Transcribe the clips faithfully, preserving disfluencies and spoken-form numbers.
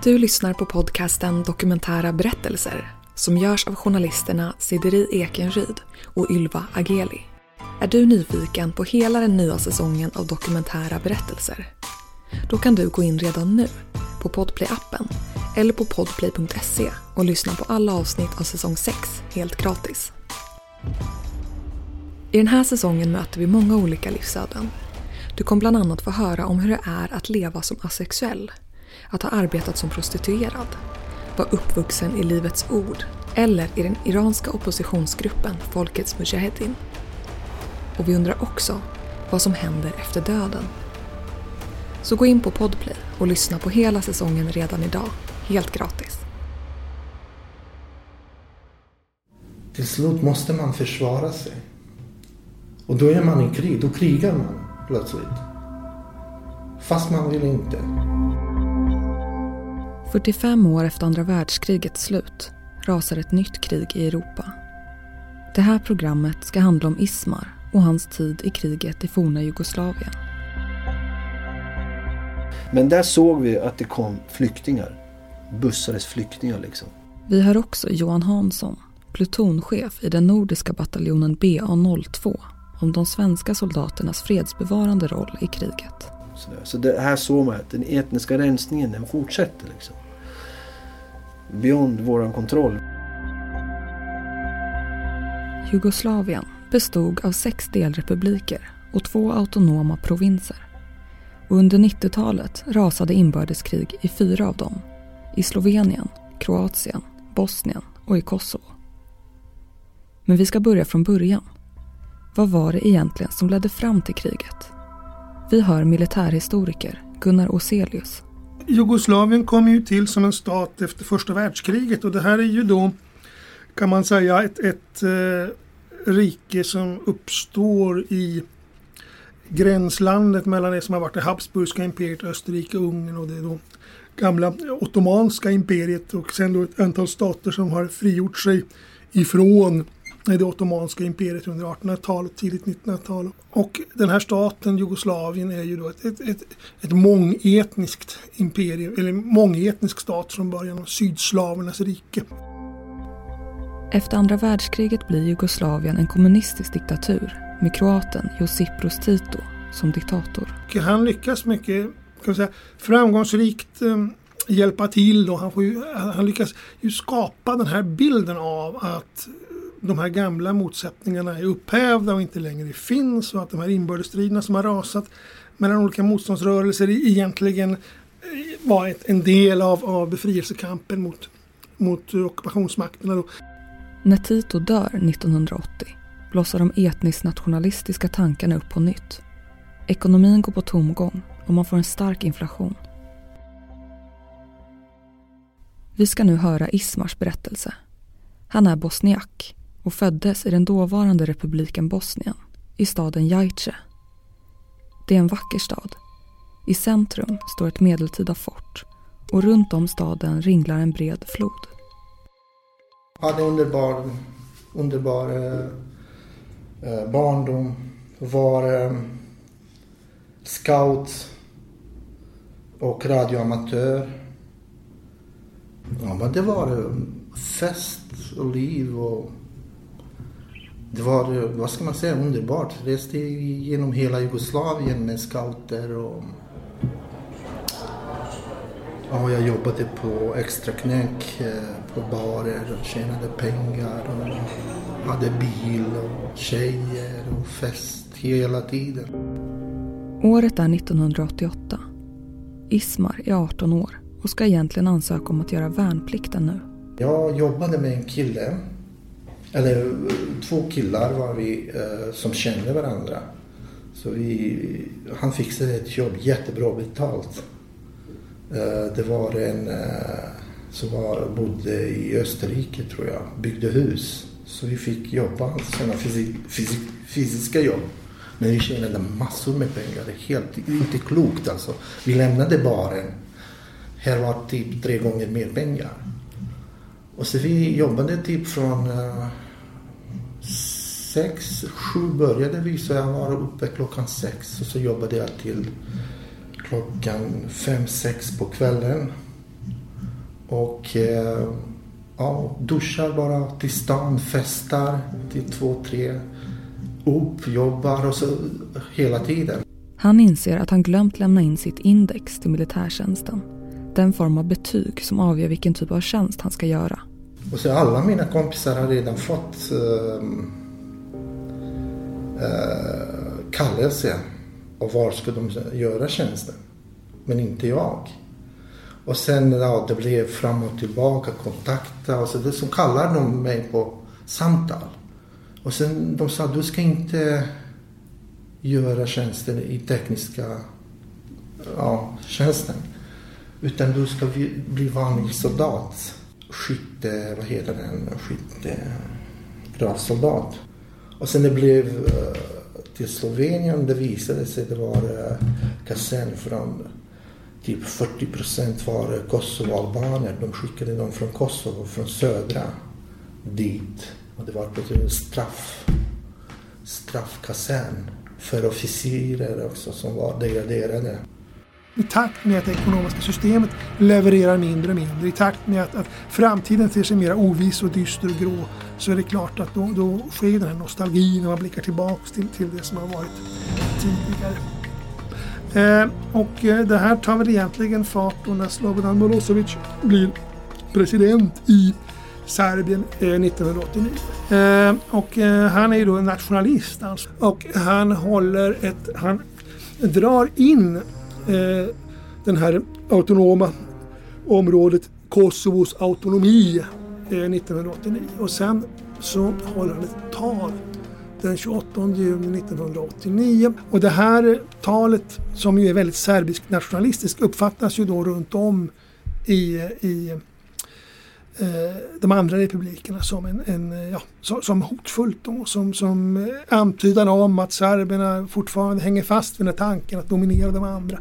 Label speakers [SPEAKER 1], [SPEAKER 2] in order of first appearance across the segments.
[SPEAKER 1] Du lyssnar på podcasten Dokumentära berättelser som görs av journalisterna Sideri Ekenryd och Ylva Ageli. Är du nyfiken på hela den nya säsongen av Dokumentära berättelser? Då kan du gå in redan nu på Podplay-appen eller på podplay punkt se och lyssna på alla avsnitt av säsong sex helt gratis. I den här säsongen möter vi många olika livsöden. Du kommer bland annat få höra om hur det är att leva som asexuell, att ha arbetat som prostituerad, vara uppvuxen i Livets ord eller i den iranska oppositionsgruppen Folkets Mujahedin. Och vi undrar också vad som händer efter döden. Så gå in på Podplay och lyssna på hela säsongen redan idag, helt gratis.
[SPEAKER 2] Till slut måste man försvara sig. Och då är man i krig, då krigar man plötsligt. Fast man vill inte.
[SPEAKER 1] fyrtiofem år efter andra världskrigets slut rasar ett nytt krig i Europa. Det här programmet ska handla om Ismar och hans tid i kriget i forna Jugoslavien.
[SPEAKER 3] Men där såg vi att det kom flyktingar. Bussades flyktingar liksom.
[SPEAKER 1] Vi har också Johan Hansson, plutonchef i den nordiska bataljonen B A noll två, om de svenska soldaternas fredsbevarande roll i kriget.
[SPEAKER 3] Så, så det här såg man att den etniska rensningen den fortsätter liksom. Beyond våran kontroll.
[SPEAKER 1] Jugoslavien bestod av sex delrepubliker och två autonoma provinser. Och under nittiotalet rasade inbördeskrig i fyra av dem. I Slovenien, Kroatien, Bosnien och i Kosovo. Men vi ska börja från början. Vad var det egentligen som ledde fram till kriget? Vi hör militärhistoriker Gunnar Åselius.
[SPEAKER 4] Jugoslavien kom ju till som en stat efter första världskriget och det här är ju då, kan man säga, ett, ett eh, rike som uppstår i gränslandet mellan det som har varit det Habsburgska imperiet, Österrike, Ungern och det då gamla ottomanska imperiet och sen då ett antal stater som har frigjort sig ifrån det ottomanska imperiet under artonhundratalet, tidigt nittonhundratal. Och den här staten, Jugoslavien, är ju då ett, ett, ett, ett mångetniskt imperium, eller mångetnisk stat från början av Sydslavernas rike.
[SPEAKER 1] Efter andra världskriget blir Jugoslavien en kommunistisk diktatur med kroaten Josip Broz Tito som diktator.
[SPEAKER 4] Han lyckas mycket, kan man säga, framgångsrikt eh, hjälpa till då. Han, får ju, han lyckas ju skapa den här bilden av att de här gamla motsättningarna är upphävda och inte längre finns och att de här inbördesstriderna som har rasat mellan olika motståndsrörelser egentligen var ett, en del av, av befrielsekampen mot, mot ockupationsmakterna då.
[SPEAKER 1] När Tito dör nittonhundraåttio blossar de etniskt nationalistiska tankarna upp på nytt. Ekonomin går på tomgång och man får en stark inflation. Vi ska nu höra Ismars berättelse. Han är bosniak och föddes i den dåvarande republiken Bosnien, i staden Jajce. Det är en vacker stad. I centrum står ett medeltida fort och runt om staden ringlar en bred flod.
[SPEAKER 2] Jag hade underbar, underbar eh, barndom, var eh, scout och radioamatör. Ja, men det var fest och liv och det var, vad ska man säga, underbart. Reste genom hela Jugoslavien med scouter och ja, jag jobbade på extra knäck på barer och tjänade pengar och hade bil och tjejer och fest hela tiden.
[SPEAKER 1] Året är nittonhundraåttioåtta. Ismar är arton år och ska egentligen ansöka om att göra värnplikten nu.
[SPEAKER 2] Jag jobbade med en kille, eller två killar var vi eh, som kände varandra. Så vi, han fixade ett jobb jättebra betalt. Eh, det var en eh, som var, bodde i Österrike tror jag, byggde hus. Så vi fick jobba sådana fysik, fysik, fysiska jobb. Men vi tjänade massor med pengar, det är helt inte klokt alltså. Vi lämnade baren, här var typ tre gånger mer pengar. Och så vi jobbade typ från uh, sex, sju började vi, så jag var uppe klockan sex och så jobbade jag till klockan fem, sex på kvällen. Och eh, ja, duschar bara till stan, festar till två, tre, upp, jobbar och så hela tiden.
[SPEAKER 1] Han inser att han glömt lämna in sitt index till militärtjänsten. Den form av betyg som avgör vilken typ av tjänst han ska göra.
[SPEAKER 2] Och så alla mina kompisar har redan fått äh, äh, kallelse och var ska de göra tjänsten. Men inte jag. Och sen ja, det blev fram och tillbaka, kontakta och så det som kallar de mig på samtal. Och sen de sa du ska inte göra tjänsten i tekniska ja, tjänsten. Utan du ska bli vanlig soldat. Skytte, vad heter den? Skytte, gravsoldat. Och sen det blev uh, till Slovenien, det visade sig det var uh, kasern från typ fyrtio procent var Kosovo-albaner. De skickade dem från Kosovo, från södra dit. Och det var på en straff, straffkasern för officerer också som var degraderade.
[SPEAKER 4] I takt med att det ekonomiska systemet levererar mindre och mindre, i takt med att, att framtiden ter sig mer oviss och dyster och grå, så är det klart att då, då sker den här nostalgin och man blickar tillbaka till, till det som har varit tidigare. Eh, och eh, det här tar väl egentligen fart då när Slobodan Milosevic blir president i Serbien eh, nittonhundraåttionio. Eh, och eh, han är ju då en nationalist alltså. Och han håller ett, han drar in eh, den här autonoma området Kosovos autonomi eh, nittonhundraåttionio. Och sen så håller han ett tal den tjugoåttonde juni nittonhundraåttionio. Och det här talet, som ju är väldigt serbisk nationalistiskt, uppfattas ju då runt om i, i eh, de andra republikerna som, en, en, ja, som, som hotfullt då, som, som antydan om att serberna fortfarande hänger fast vid den tanken att dominera de andra.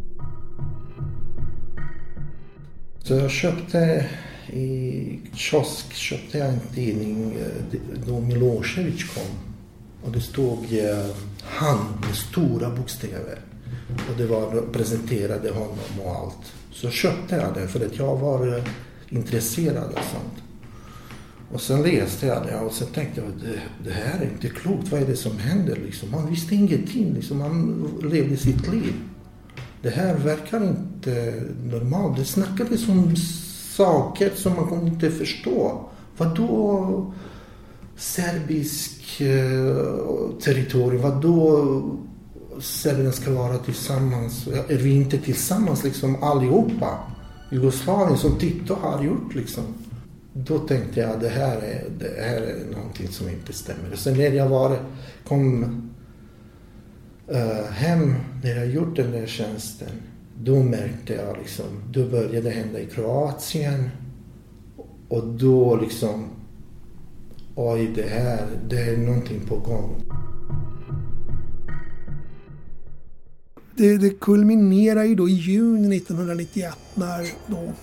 [SPEAKER 2] Så jag köpte i kiosk köpte jag en tidning då Milosevic kom. Och det stod eh, han med stora bokstäver. Och det var presenterade honom och allt. Så köpte jag det för att jag var eh, intresserad av sånt. Och sen läste jag det och så tänkte jag det, det här är inte klokt. Vad är det som händer? Liksom? Han visste ingenting. Liksom. Han levde sitt liv. Det här verkar inte normalt. Det snackades om saker som man kunde inte förstå. Vad då serbisk eh, territorium? Vad då serberna ska vara tillsammans? Är vi inte tillsammans liksom allihopa? Jugoslavien som Tito har gjort liksom. Då tänkte jag det här är, det här är någonting som inte stämmer. Sen när jag var, kom uh, hem, när jag gjort den där tjänsten, då märkte jag liksom, då började det hända i Kroatien. Och då liksom, oj det här, det är någonting på gång.
[SPEAKER 4] Det, det kulminerar ju då i juni nittonhundranittioett när då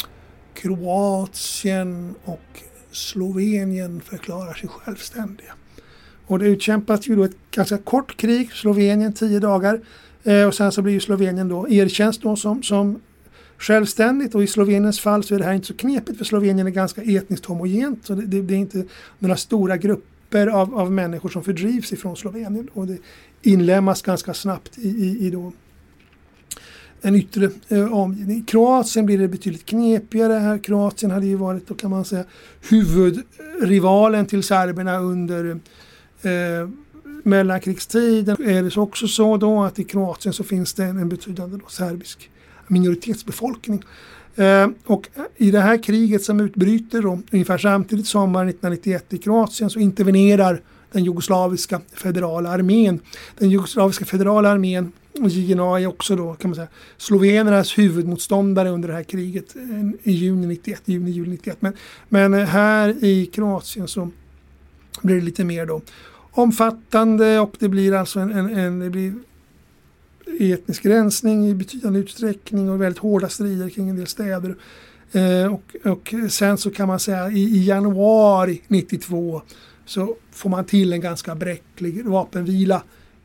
[SPEAKER 4] Kroatien och Slovenien förklarar sig självständiga. Och det utkämpas ju då ett ganska kort krig, Slovenien tio dagar. Eh, och sen så blir ju Slovenien då erkänns då som, som självständigt. Och i Sloveniens fall så är det här inte så knepigt, för Slovenien är ganska etniskt homogent. Så det, det, det är inte några stora grupper av, av människor som fördrivs ifrån Slovenien. Och det inlämnas ganska snabbt i, i, i då en yttre eh, omgivning. I Kroatien blir det betydligt knepigare här. Kroatien hade ju varit, då kan man säga, huvudrivalen till serberna under eh, mellankrigstiden. Är det så också så då att i Kroatien så finns det en, en betydande då, serbisk minoritetsbefolkning. Eh, och i det här kriget som utbryter då, ungefär samtidigt sommaren nittonhundranittioett i Kroatien, så intervenerar den jugoslaviska federala armén. Den jugoslaviska federala armén och J N A är också då, kan man säga, slovenernas huvudmotståndare under det här kriget i juni nittioett, juni, juli nittioett. Men, men här i Kroatien så blir det lite mer då omfattande, och det blir alltså en, en, en det blir etnisk rensning i betydande utsträckning och väldigt hårda strider kring en del städer. Eh, och, och sen så kan man säga i, i januari nittiotvå så får man till en ganska bräcklig vapenvila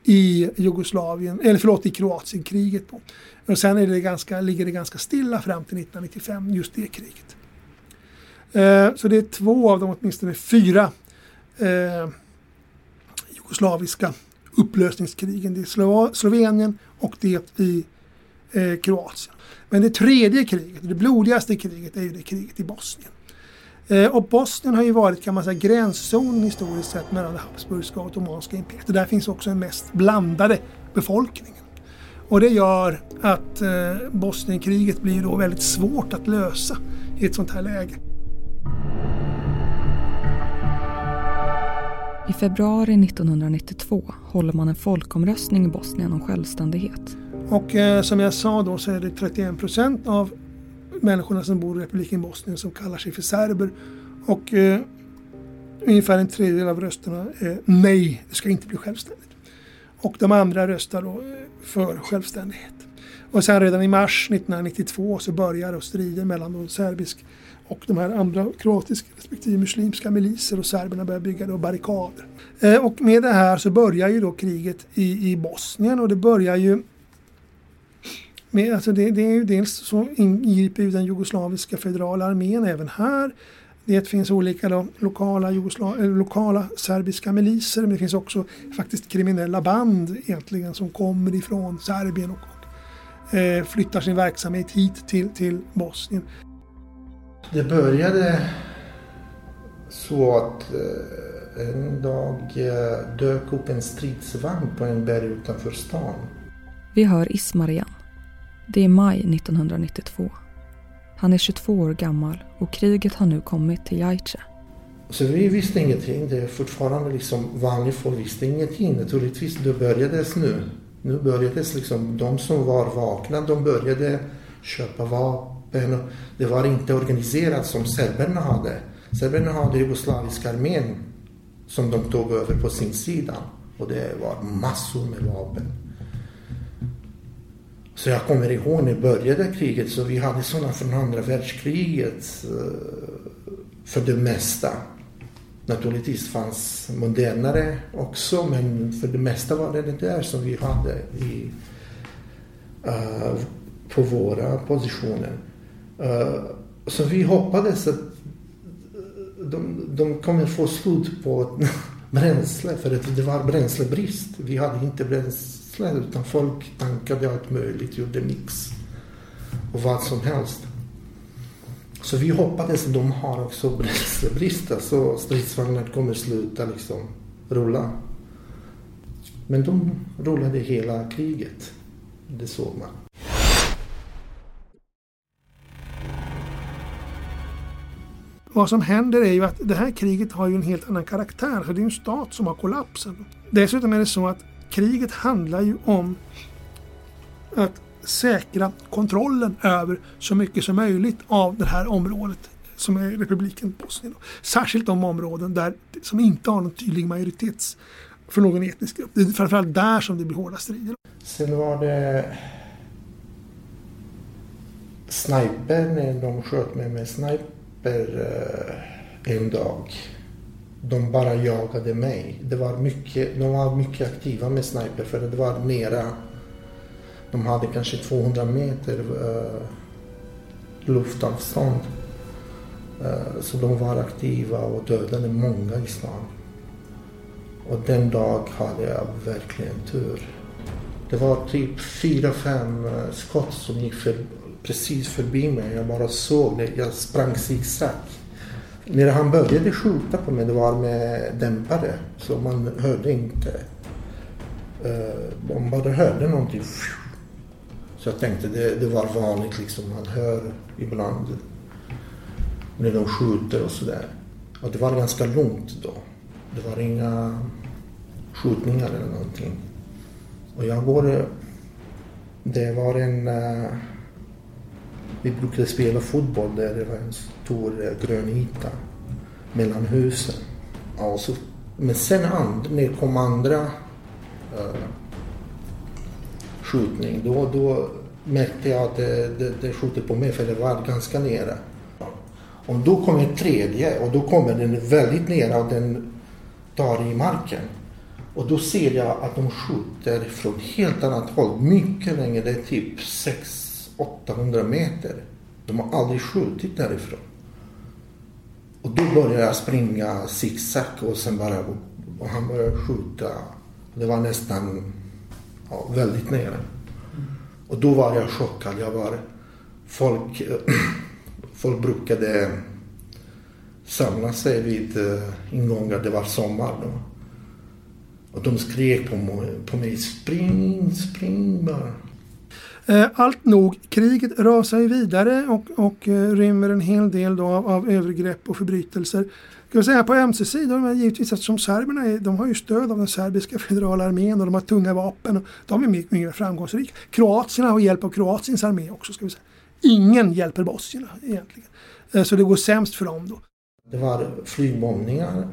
[SPEAKER 4] i Jugoslavien, eller förlåt i Kroatienkriget då. Och sen är det ganska, ligger det ganska stilla fram till nittonhundranittiofem, just det kriget. Eh, så det är två av de åtminstone fyra eh, jugoslaviska upplösningskrigen. Det är Slo- Slovenien och det i eh, Kroatien. Men det tredje kriget, det blodigaste kriget, är ju det kriget i Bosnien. Eh, och Bosnien har ju varit, kan man säga, gränszonen historiskt sett mellan det Habsburgska och Ottomanska imperiet. Och där finns också en mest blandade befolkningen. Och det gör att eh, Bosnienkriget blir då väldigt svårt att lösa i ett sånt här läge.
[SPEAKER 1] I februari nittonhundranittiotvå håller man en folkomröstning i Bosnien om självständighet.
[SPEAKER 4] Och eh, som jag sa då så är det trettioen procent av människorna som bor i republiken Bosnien som kallar sig för serber. Och eh, ungefär en tredjedel av rösterna är nej, det ska inte bli självständigt. Och de andra röstar då för självständighet. Och sen redan i mars nittonhundranittiotvå så börjar då striden mellan de serbisk och de här andra kroatiska respektive muslimska miliser, och serberna börjar bygga då barrikader. Eh, och med det här så börjar ju då kriget i, i Bosnien, och det börjar ju med, alltså det, det är ju dels så ingriper ju den jugoslaviska federala armén även här. Det finns olika då, lokala, jugosla- lokala serbiska miliser, men det finns också faktiskt kriminella band egentligen som kommer ifrån Serbien och, och eh, flyttar sin verksamhet hit till, till Bosnien.
[SPEAKER 2] Det började så att eh, en dag eh, dök upp en stridsvagn på en berg utanför stan.
[SPEAKER 1] Vi hör Ismar igen. Det är maj nittonhundranittiotvå. Han är tjugotvå år gammal och kriget har nu kommit till Jajce.
[SPEAKER 2] Så vi visste ingenting. Det är fortfarande liksom vanligt folk visste ingenting. Naturligtvis det börjades nu. Nu börjades liksom de som var vakna, de började köpa vapen. Det var inte organiserat som serberna hade. Serberna hade jugoslaviska armén som de tog över på sin sida. Och det var massor med vapen. Så jag kommer ihåg när började kriget, så vi hade sådana från andra världskriget för det mesta. Naturligtvis fanns modernare också, men för det mesta var det det där som vi hade i, uh, på våra positioner. Uh, så vi hoppades att de, de kommer få slut på bränsle, för att det var bränslebrist. Vi hade inte bränsle, utan folk tankade allt möjligt, gjorde mix och vad som helst. Så vi hoppades att de har också bränslebrist, så stridsvagnar kommer sluta liksom rulla. Men de rullade hela kriget, det såg man.
[SPEAKER 4] Vad som händer är ju att det här kriget har ju en helt annan karaktär. Så det är en stat som har kollapsat. Dessutom är det så att kriget handlar ju om att säkra kontrollen över så mycket som möjligt av det här området som är republiken Bosnien. Särskilt de områden där, som inte har någon tydlig majoritets för någon etnisk grupp. Det är framförallt där som det blir hårda strider.
[SPEAKER 2] Sen var det sniper, när de sköt mig med sniper en dag. De bara jagade mig. Det var mycket, de var mycket aktiva med sniper, för det var nära. De hade kanske tvåhundra meter uh, luftavstånd. Uh, så de var aktiva och dödade många i stan. Och den dag hade jag verkligen tur. Det var typ fyra, fem uh, skott som gick för, precis förbi mig. Jag bara såg det. Jag sprang zigzag. När han började skjuta på mig, det var med dämpare. Så man hörde inte. Uh, man bara hörde någonting. Så jag tänkte det, det var vanligt liksom. Man hör ibland när de skjuter och sådär. Och det var ganska lugnt då. Det var inga skjutningar eller någonting. Och jag går... Det var en... Uh, vi brukade spela fotboll där det var en stor uh, grön yta mellan husen. Alltså, men sen and, när det kom andra uh, skjutning, då, då märkte jag att det, det, det skjuter på mig, för det var ganska nära. Och då kommer ett tredje, och då kommer den väldigt nära och den tar i marken. Och då ser jag att de skjuter från helt annat håll. Mycket längre, det är typ sex till åttahundra meter. De har aldrig skjutit därifrån. Och då började jag springa zigzag och sen bara, och han började skjuta. Det var nästan ja, väldigt nära. Och då var jag chockad. Jag var, folk, folk brukade samla sig vid ingångar. Det var sommar då. Och de skrek på mig, på mig spring, spring bara.
[SPEAKER 4] Allt nog, kriget rasar ju vidare och, och rymmer en hel del då av, av övergrepp och förbrytelser. Ska jag säga på ömsesidan, de är givetvis eftersom serberna är, de har ju stöd av den serbiska federala armén och de har tunga vapen och de är mycket, mycket framgångsrika. Kroatierna har hjälp av Kroatiens armé också, ska vi säga. Ingen hjälper bosnierna egentligen. Så det går sämst för dem då.
[SPEAKER 2] Det var flygbombningar,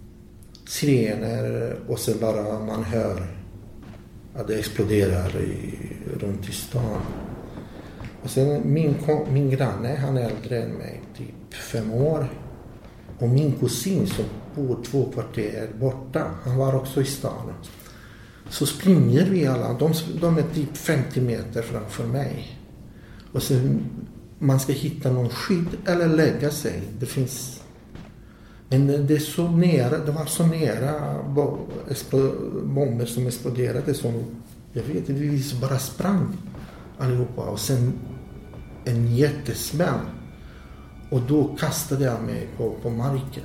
[SPEAKER 2] sirener och sen bara man hör att det exploderar i, runt i stan. Och sen min, min granne, han är äldre än mig, typ fem år. Och min kusin som bor två kvarter borta, han var också i stan. Så springer vi alla, de, de är typ femtio meter framför mig. Och sen man ska hitta någon skydd eller lägga sig. Det finns... Men det är så nära, det var så nära bomber som exploderade som, jag vet inte, vi bara sprang allihopa och sen en jättesmäll och då kastade jag mig på, på marken.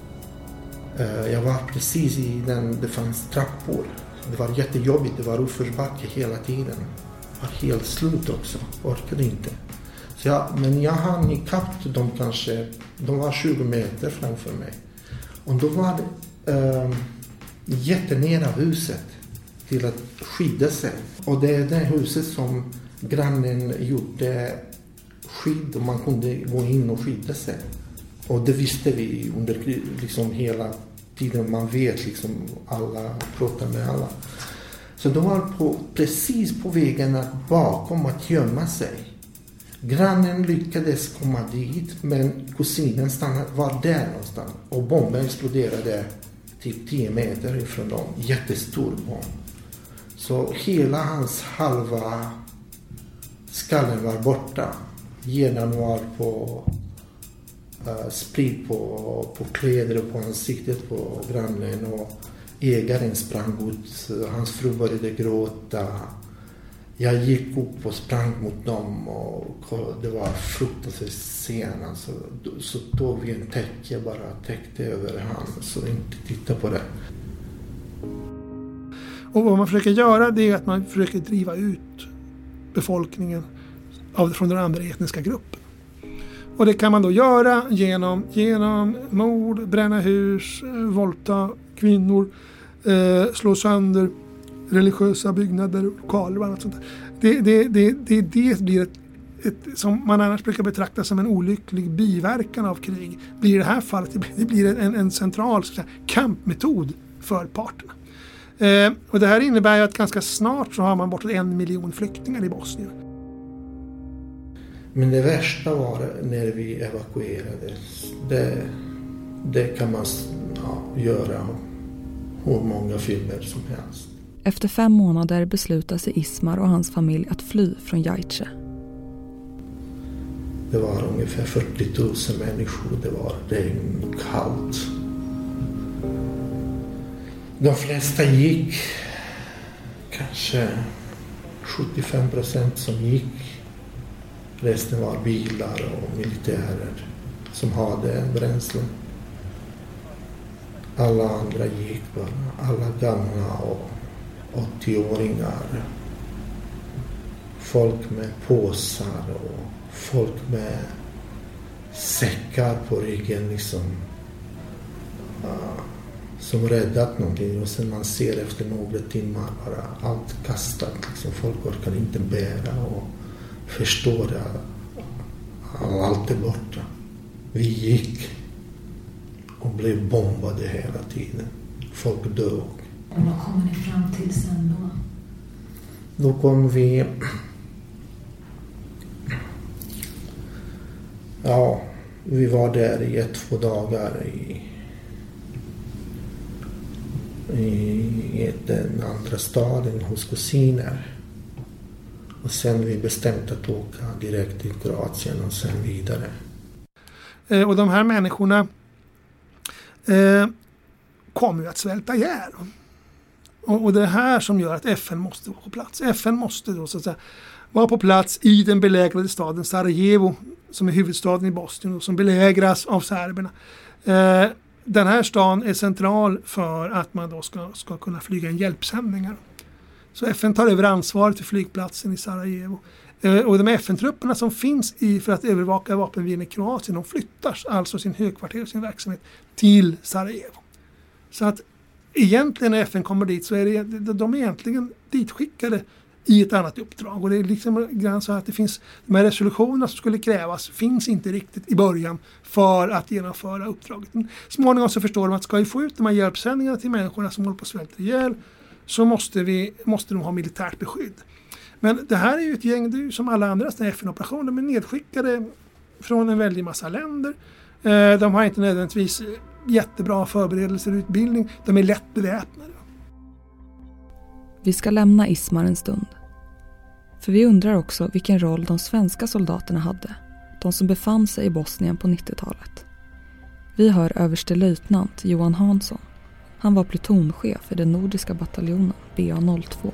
[SPEAKER 2] Jag var precis i den, det fanns trappor, det var jättejobbigt, det var uppförsbacke hela tiden. Jag var helt slut också, orkade inte. Så jag, men jag hann ikapp dem kanske, de var tjugo meter framför mig. Och då var det äh, jättenära huset till att skydda sig. Och det är det huset som grannen gjorde skydd och man kunde gå in och skydda sig. Och det visste vi under liksom hela tiden, man vet liksom alla, pratar med alla. Så de var på, precis på vägen att bakom att gömma sig. Grannen lyckades komma dit, men kusinen stannade, var där någonstans. Och bomben exploderade typ tio meter ifrån dem. Jättestor bomb. Så hela hans halva skallen var borta. Hjärnan var på uh, spridd på, på kläder och på ansiktet på grannen. Och ägaren sprang ut. Hans fru började gråta. Jag gick upp och sprang mot dem och det var fruktansvärt scen. Alltså, så tog vi en täcke, bara täckte över han så inte titta på det.
[SPEAKER 4] Och vad man försöker göra, det är att man försöker driva ut befolkningen av, från den andra etniska gruppen. Och det kan man då göra genom, genom mord, bränna hus, våldta kvinnor, eh, slå sönder religiösa byggnader, lokaler och annat sånt där. Det, det, det, det, det blir ett, ett, som man annars brukar betrakta som en olycklig biverkan av krig. Blir i det här fallet, det blir en, en central så att säga, kampmetod för parterna. Eh, och det här innebär ju att ganska snart så har man bortåt en miljon flyktingar i Bosnien.
[SPEAKER 2] Men det värsta var när vi evakuerades. Det, det kan man ja, göra hur många filmer som helst.
[SPEAKER 1] Efter fem månader beslutar sig Ismar och hans familj att fly från Jajce.
[SPEAKER 2] Det var ungefär fyrtio tusen människor. Det var regn, kallt. De flesta gick. Kanske sjuttiofem procent som gick. Resten var bilar och militärer som hade bränsle. Alla andra gick bara. Alla gamla och åttio-åringar. Folk med påsar och folk med säckar på ryggen liksom. Uh, som räddat någonting och sen man ser efter några timmar bara allt kastat liksom. Folk orkar inte bära och förstår att allt är borta. Vi gick och blev bombade hela tiden. Folk dog.
[SPEAKER 5] Och vad kommer ni fram till sen då?
[SPEAKER 2] Då kom vi... Ja, vi var där i ett, två dagar i, i, i den andra staden hos kusiner. Och sen vi bestämt att åka direkt till Kroatien och sen vidare.
[SPEAKER 4] Eh, och de här människorna eh, kommer ju att svälta ihjäl. Och, och det är här som gör att F N måste vara på plats. F N måste då så att säga vara på plats i den belägrade staden Sarajevo, som är huvudstaden i Bosnien och som belägras av serberna. Eh, den här staden är central för att man då ska, ska kunna flyga in hjälpsändningar. Så F N tar över ansvaret för flygplatsen i Sarajevo. Eh, och de F N-trupperna som finns i för att övervaka vapenvilan i Kroatien, de flyttar alltså sin högkvarter och sin verksamhet till Sarajevo. Så att egentligen när F N kommer dit så är det, de är egentligen ditskickade i ett annat uppdrag. Och det är liksom grann så att det finns, de här resolutionerna som skulle krävas finns inte riktigt i början för att genomföra uppdraget. Men småningom så förstår de att ska vi få ut de här hjälpsändningarna till människorna som håller på att svälta ihjäl, så måste, vi, måste de ha militärt beskydd. Men det här är ju ett gäng, det är ju som alla andra F N-operationer, de är nedskickade från en väldig massa länder. De har inte nödvändigtvis jättebra förberedelser och utbildning, de är lätt beväpnade.
[SPEAKER 1] Vi ska lämna Ismar en stund. För vi undrar också vilken roll de svenska soldaterna hade, de som befann sig i Bosnien på nittiotalet. Vi hör överstelöjtnant Johan Hansson. Han var plutonchef i den nordiska bataljonen B A noll två.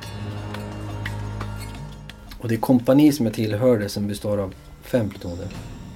[SPEAKER 3] Och det kompani som jag tillhörde som består av fem plutoner.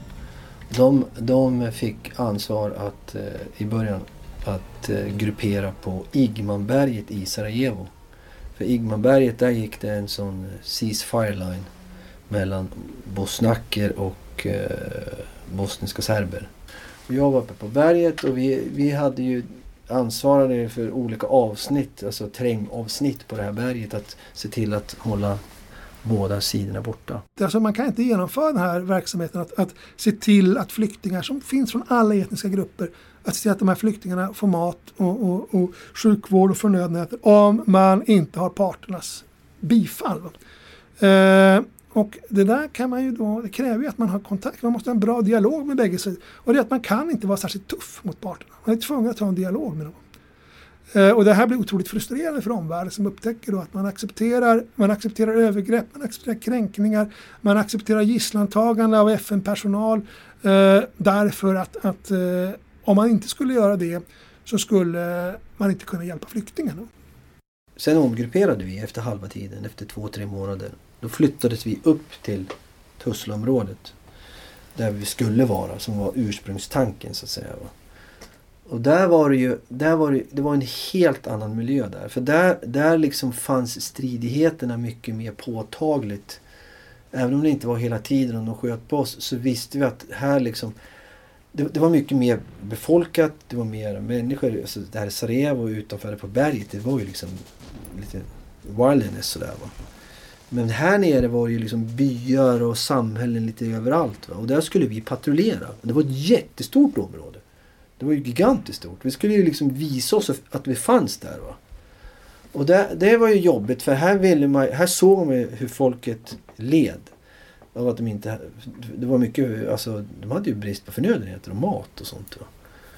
[SPEAKER 3] De, de fick ansvar att eh, i början att eh, gruppera på Igmanberget i Sarajevo. För Igmanberget, där gick det en sån ceasefire line mellan bosnacker och eh, bosniska serber. Och jag var uppe på berget och vi, vi hade ju ansvarade för olika avsnitt, alltså trängavsnitt på det här berget, att se till att hålla båda sidorna borta.
[SPEAKER 4] Alltså man kan inte genomföra den här verksamheten att, att se till att flyktingar som finns från alla etniska grupper, att se till att de här flyktingarna får mat och, och, och sjukvård och förnödenheter om man inte har parternas bifall. Eh, och det där kan man ju då, det kräver ju att man har kontakt, man måste ha en bra dialog med bägge sidor. Och det är att man kan inte vara särskilt tuff mot parterna. Man är tvungen att ha en dialog med dem. Eh, och det här blir otroligt frustrerande för omvärlden som upptäcker då att man accepterar, man accepterar övergrepp, man accepterar kränkningar, man accepterar gisslantagande av F N-personal eh, därför att, att eh, om man inte skulle göra det så skulle man inte kunna hjälpa flyktingarna.
[SPEAKER 3] Sen omgrupperade vi efter halva tiden, efter två, tre månader. Då flyttades vi upp till Tuzla-området där vi skulle vara, som var ursprungstanken så att säga. Och där var det ju, där var det, det var en helt annan miljö där. För där, där liksom fanns stridigheterna mycket mer påtagligt. Även om det inte var hela tiden och de sköt på oss, så visste vi att här liksom, det, det var mycket mer befolkat, det var mer människor. Alltså det här Sarajevo utanför på berget, det var ju liksom lite wilderness sådär va. Men här nere var ju liksom byar och samhällen lite överallt va. Och där skulle vi patrullera. Det var ett jättestort område. Det var ju gigantiskt stort. Vi skulle ju liksom visa oss att vi fanns där va. Och det, det var ju jobbigt för här ville man, här såg man hur folket led. Av att de inte, det var mycket, alltså de hade ju brist på förnödenheter och mat och sånt va.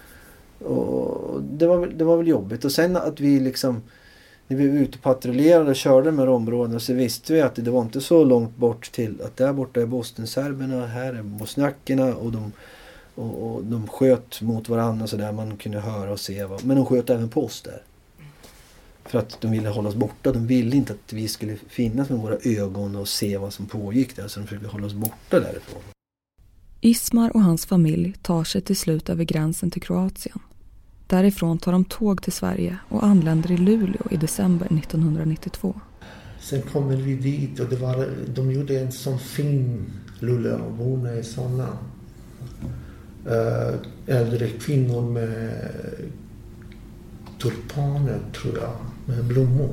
[SPEAKER 3] Och det var, det var väl jobbigt. Och sen att vi liksom, när vi var ute och patrullerade och körde de här områdena, så visste vi att det var inte så långt bort till att där borta är bosnienserberna, här är bosnackerna och de, och, och de sköt mot varandra så där man kunde höra och se. Va? Men de sköt även på oss där. För att de ville hålla oss borta. De ville inte att vi skulle finnas med våra ögon och se vad som pågick där. Så de försökte hålla oss borta därifrån.
[SPEAKER 1] Ismar och hans familj tar sig till slut över gränsen till Kroatien. Därifrån tar de tåg till Sverige och anländer i Luleå i december nittonhundranittiotvå.
[SPEAKER 2] Sen kommer vi dit och det var, de gjorde en sån fin Luleåborna i sådana äh, äldre kvinnor med tulpaner tror jag, med blommor.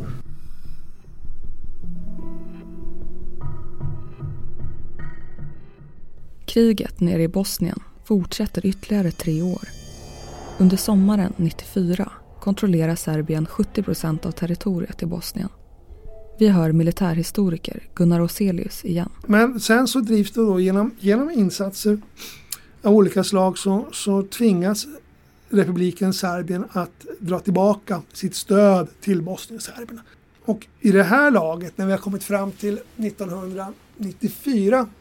[SPEAKER 1] Kriget nere i Bosnien fortsätter ytterligare tre år. Under sommaren nittiofyra kontrollerar Serbien sjuttio procent av territoriet i Bosnien. Vi hör militärhistoriker Gunnar Oselius igen.
[SPEAKER 4] Men sen så drivs det då genom, genom insatser av olika slag så, så tvingas republiken Serbien att dra tillbaka sitt stöd till bosnienserberna. Och i det här laget, när vi har kommit fram till nittonhundranittiofyra,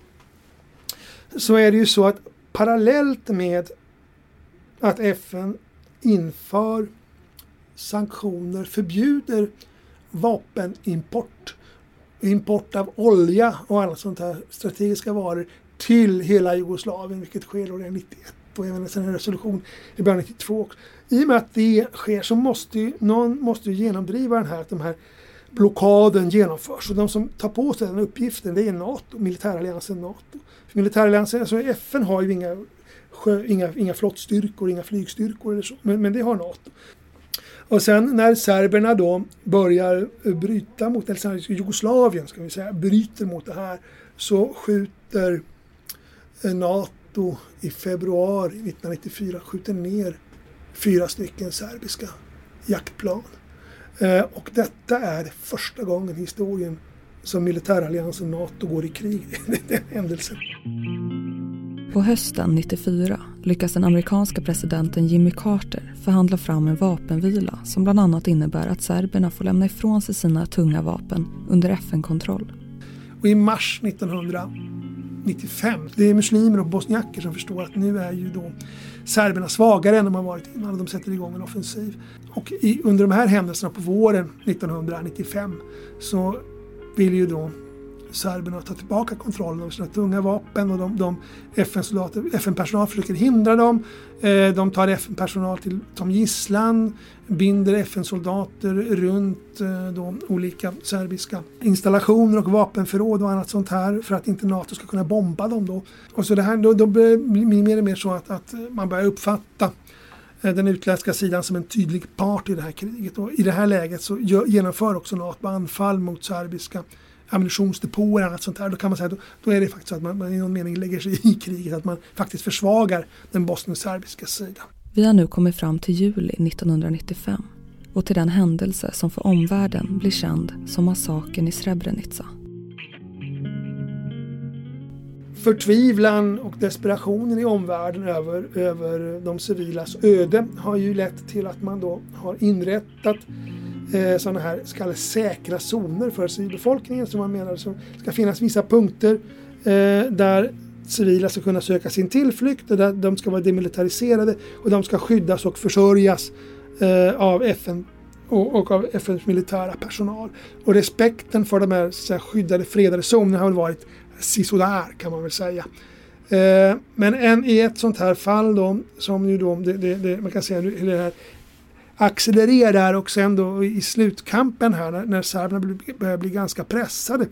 [SPEAKER 4] så är det ju så att parallellt med att F N inför sanktioner, förbjuder vapenimport, import av olja och alla sånt här strategiska varor till hela Jugoslavien, vilket sker då nittioett och även en resolution i början nittiotvå också. I och med att det sker så måste ju, någon måste ju genomdriva den här, att de här blockaden genomförs. Och de som tar på sig den uppgiften, det är NATO, militäralliansen NATO. För militäralliansen, alltså F N har ju inga, sjö, inga, inga flottstyrkor, inga flygstyrkor eller så, men, men det har NATO. Och sen när serberna då börjar bryta mot, eller Jugoslavien ska vi säga, bryter mot det här, så skjuter NATO i februari nittonhundranittiofyra skjuter ner fyra stycken serbiska jaktplan. Eh, och detta är första gången i historien som militäralliansen NATO går i krig. Det är en händelse.
[SPEAKER 1] På hösten nittiofyra lyckas den amerikanska presidenten Jimmy Carter förhandla fram en vapenvila som bland annat innebär att serberna får lämna ifrån sig sina tunga vapen under F N-kontroll.
[SPEAKER 4] Och i mars nittonhundranittiofem, det är muslimer och bosniaker som förstår att nu är ju då serberna svagare än de har varit innan, och de sätter igång en offensiv. Och i, under de här händelserna på våren nittonhundranittiofem så vill ju då serberna ta tillbaka kontrollen av sina tunga vapen, och de, de F N-soldater, F N-personal försöker hindra dem. Eh, de tar F N-personal till som gisslan, binder F N-soldater runt eh, då, olika serbiska installationer och vapenförråd och annat sånt här för att inte NATO ska kunna bomba dem då. Och så det här, då, då blir det mer och mer så att, att man börjar uppfatta eh, den utländska sidan som en tydlig part i det här kriget. Och i det här läget så genomför också NATO anfall mot serbiska ammunitionsdepåer och annat sånt här. Då kan man säga, då, då är det faktiskt så att man, man i någon mening lägger sig i kriget, att man faktiskt försvagar den bosnisk-serbiska sidan.
[SPEAKER 1] Vi har nu kommit fram till juli nittonhundranittiofem och till den händelse som för omvärlden blir känd som massakern i Srebrenica.
[SPEAKER 4] Förtvivlan och desperationen i omvärlden över, över de civilas öde har ju lett till att man då har inrättat eh, sådana här så kallade säkra zoner för civilbefolkningen, som man menar som ska finnas vissa punkter eh, där civila ska kunna söka sin tillflykt, och där de ska vara demilitariserade och de ska skyddas och försörjas eh, av F N och, och av F N:s militära personal. Och respekten för de här, så här skyddade, fredade zonerna har väl varit sisådär, kan man väl säga. Eh, men en, i ett sånt här fall då, som ju då, det, det, det, man kan säga hur det här accelererar, och sen då i slutkampen här, när, när serberna blir, börjar bli ganska pressade,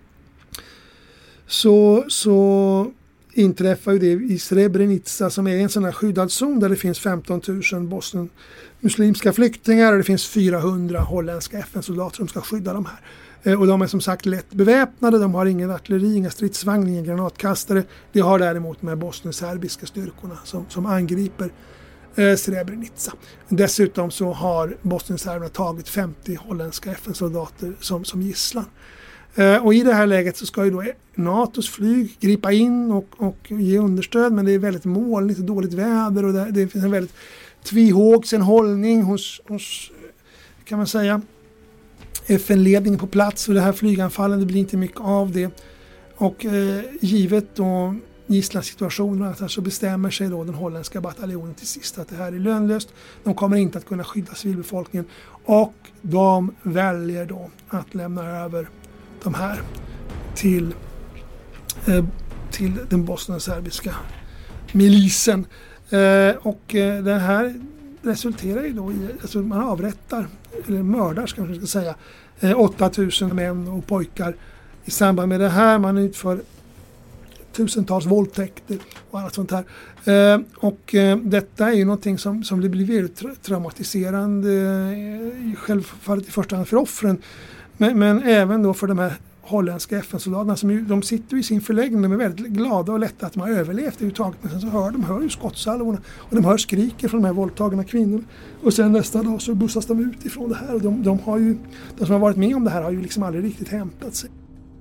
[SPEAKER 4] så, så inträffar ju det i Srebrenica, som är en sån här skyddad zon där det finns femton tusen bosnien muslimska flyktingar, och det finns fyrahundra holländska F N-soldater som ska skydda de här. Och de är som sagt lätt beväpnade, de har ingen artilleri, inga stridsvagnar, inga granatkastare. Det har däremot de här bosnienserbiska styrkorna som, som angriper eh, Srebrenica. Dessutom så har bosnienserberna tagit femtio holländska F N-soldater som, som gisslan. Eh, och i det här läget så ska ju då NATOs flyg gripa in och, och ge understöd, men det är väldigt molnigt och dåligt väder, och det, det finns en väldigt tvehågsen hållning hos, hos, kan man säga, F N-ledningen på plats, och det här flyganfallen, det blir inte mycket av det. Och eh, givet då gisslansituationen så bestämmer sig då den holländska bataljonen till sist att det här är lönlöst. De kommer inte att kunna skydda civilbefolkningen, och de väljer då att lämna över de här till, eh, till den bosnienserbiska milisen. Eh, och eh, det här resulterar ju då i, alltså man avrättar, eller mördar ska man ska säga, eh, åtta tusen män och pojkar i samband med det här. Man utför tusentals våldtäkter och annat sånt här. Eh, och eh, detta är ju någonting som, som blir väldigt tra- traumatiserande, eh, självfallet i första hand för offren, men, men även då för de här holländska F N-soldaterna, som ju, de sitter i sin förläggning, de är väldigt glada och lätta att de har överlevt överhuvudtaget, men sen så hör de hör ju skottsalvorna och de hör skriker från de här våldtagna kvinnorna, och sen nästa dag så bussas de ut ifrån det här, och de, de har ju, de som har varit med om det här har ju liksom aldrig riktigt hämtat sig.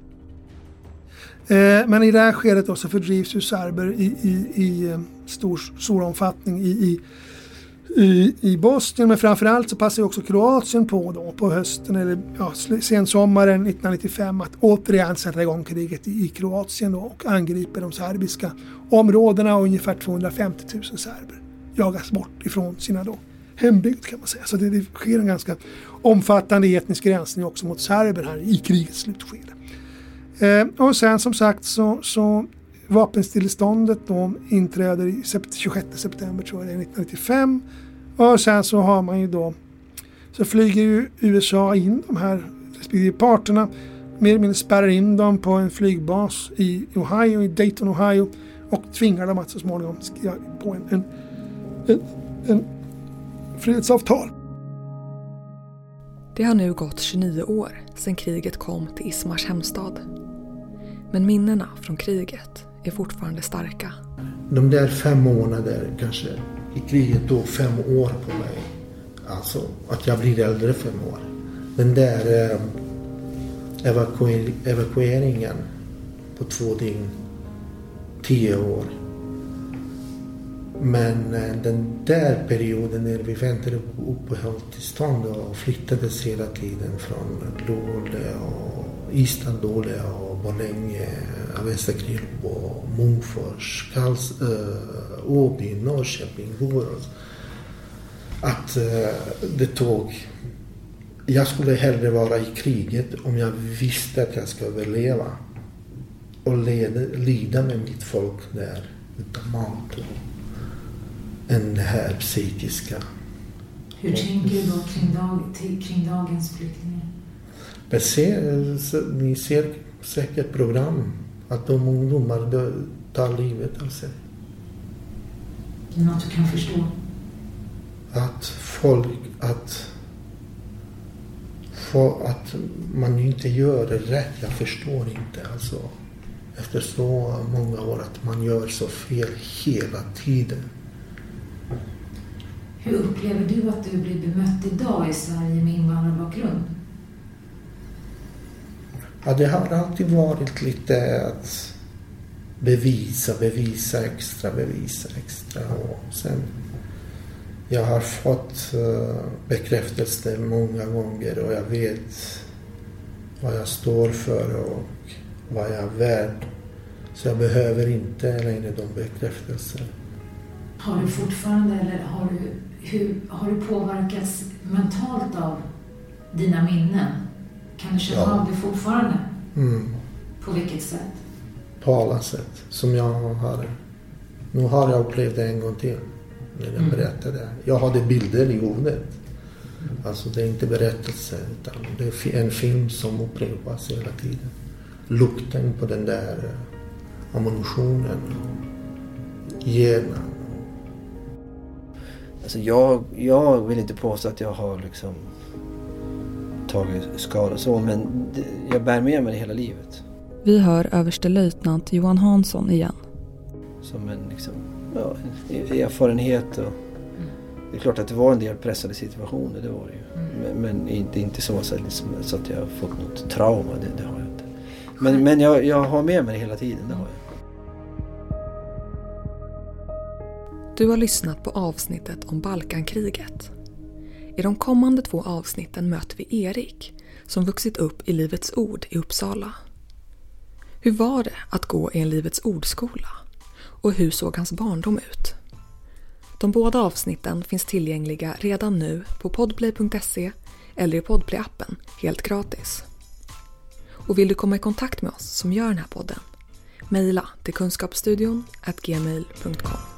[SPEAKER 4] Eh, men i det här skedet då så fördrivs ju serber i, i, i stor, stor omfattning i, i i, i Bosnien, men framförallt så passar ju också Kroatien på då på hösten eller ja, sensommaren nittonhundranittiofem att återigen sätta igång kriget i, i Kroatien då och angriper de serbiska områdena, och ungefär tvåhundrafemtio tusen serber jagas bort ifrån sina då hembygd kan man säga. Så det, det sker en ganska omfattande etnisk rensning också mot serber här i krigets slutskede. Eh, och sen som sagt så, så vapenstilleståndet då inträder i tjugosjätte september tror jag det är nittonhundranittiofem, och sen så har man ju då så flyger ju U S A in de här respektive parterna, mer eller mindre spärrar in dem på en flygbas i Ohio, i Dayton, Ohio, och tvingar dem att så småningom skriva på en, en, en, en fredsavtal.
[SPEAKER 1] Det har nu gått tjugonio år sedan kriget kom till Ismars hemstad. Men minnena från kriget är fortfarande starka.
[SPEAKER 2] De där fem månader kanske i kriget tog fem år på mig. Alltså att jag blir äldre fem år. Den där eh, evakuer- evakueringen på två dygn, tio år. Men eh, den där perioden när vi väntade på uppehållstillstånd och flyttades hela tiden från Dole och Istandole och Borlänge, Västerkrylbo, Munkfors, Karls, äh, Åby, Norrköping, Borås. Att äh, det tog... Jag skulle hellre vara i kriget om jag visste att jag ska överleva och leda, lida med mitt folk där utan mat och än det här psykiska.
[SPEAKER 5] Hur tänker du då kring, dag, till, kring dagens flyktingar?
[SPEAKER 2] Men se, ni ser säkert program att de ungdomar tar livet av sig.
[SPEAKER 5] Det är något du kan förstå?
[SPEAKER 2] Att folk, att, för, att man inte gör det rätt, jag förstår inte alltså. Efter så många år att man gör så fel hela tiden.
[SPEAKER 5] Hur upplever du att du blir bemött idag i Sverige med invandrarbakgrund?
[SPEAKER 2] Ja, det har alltid varit lite att bevisa, bevisa extra, bevisa extra. Och sen, jag har fått bekräftelse många gånger och jag vet vad jag står för och vad jag är värd. Så jag behöver inte längre de bekräftelser.
[SPEAKER 5] Har du fortfarande, eller har du, hur, har du påverkats mentalt av dina minnen? Kan du känna
[SPEAKER 2] Ja.
[SPEAKER 5] av det fortfarande?
[SPEAKER 2] Mm.
[SPEAKER 5] På vilket sätt?
[SPEAKER 2] På alla sätt som jag har. Nu har jag upplevt det en gång till när jag
[SPEAKER 5] Mm.
[SPEAKER 2] berättade. Jag hade bilder i huvudet. Alltså det är inte berättelse utan det är en film som upprepas hela tiden. Lukten på den där ammunitionen och hjärnan.
[SPEAKER 3] Alltså jag, jag vill inte påstå att jag har liksom tagit skada så, men det, jag bär med mig det hela livet.
[SPEAKER 1] Vi hör överstelöjtnant Johan Hansson igen.
[SPEAKER 3] Som en liksom, ja, en erfarenhet. Och det är klart att det var en del pressade situationer, det var det ju. Men, men inte, inte så, så, liksom, så att jag har fått något trauma, det, det har jag inte. Men, men jag, jag har med mig det hela tiden, det har jag.
[SPEAKER 1] Du har lyssnat på avsnittet om Balkankriget. I de kommande två avsnitten möter vi Erik som vuxit upp i Livets Ord i Uppsala. Hur var det att gå i en Livets Ordskola? Och hur såg hans barndom ut? De båda avsnitten finns tillgängliga redan nu på podplay punkt se eller i Podplay-appen helt gratis. Och vill du komma i kontakt med oss som gör den här podden? Maila till kunskapsstudion at gmail punkt com.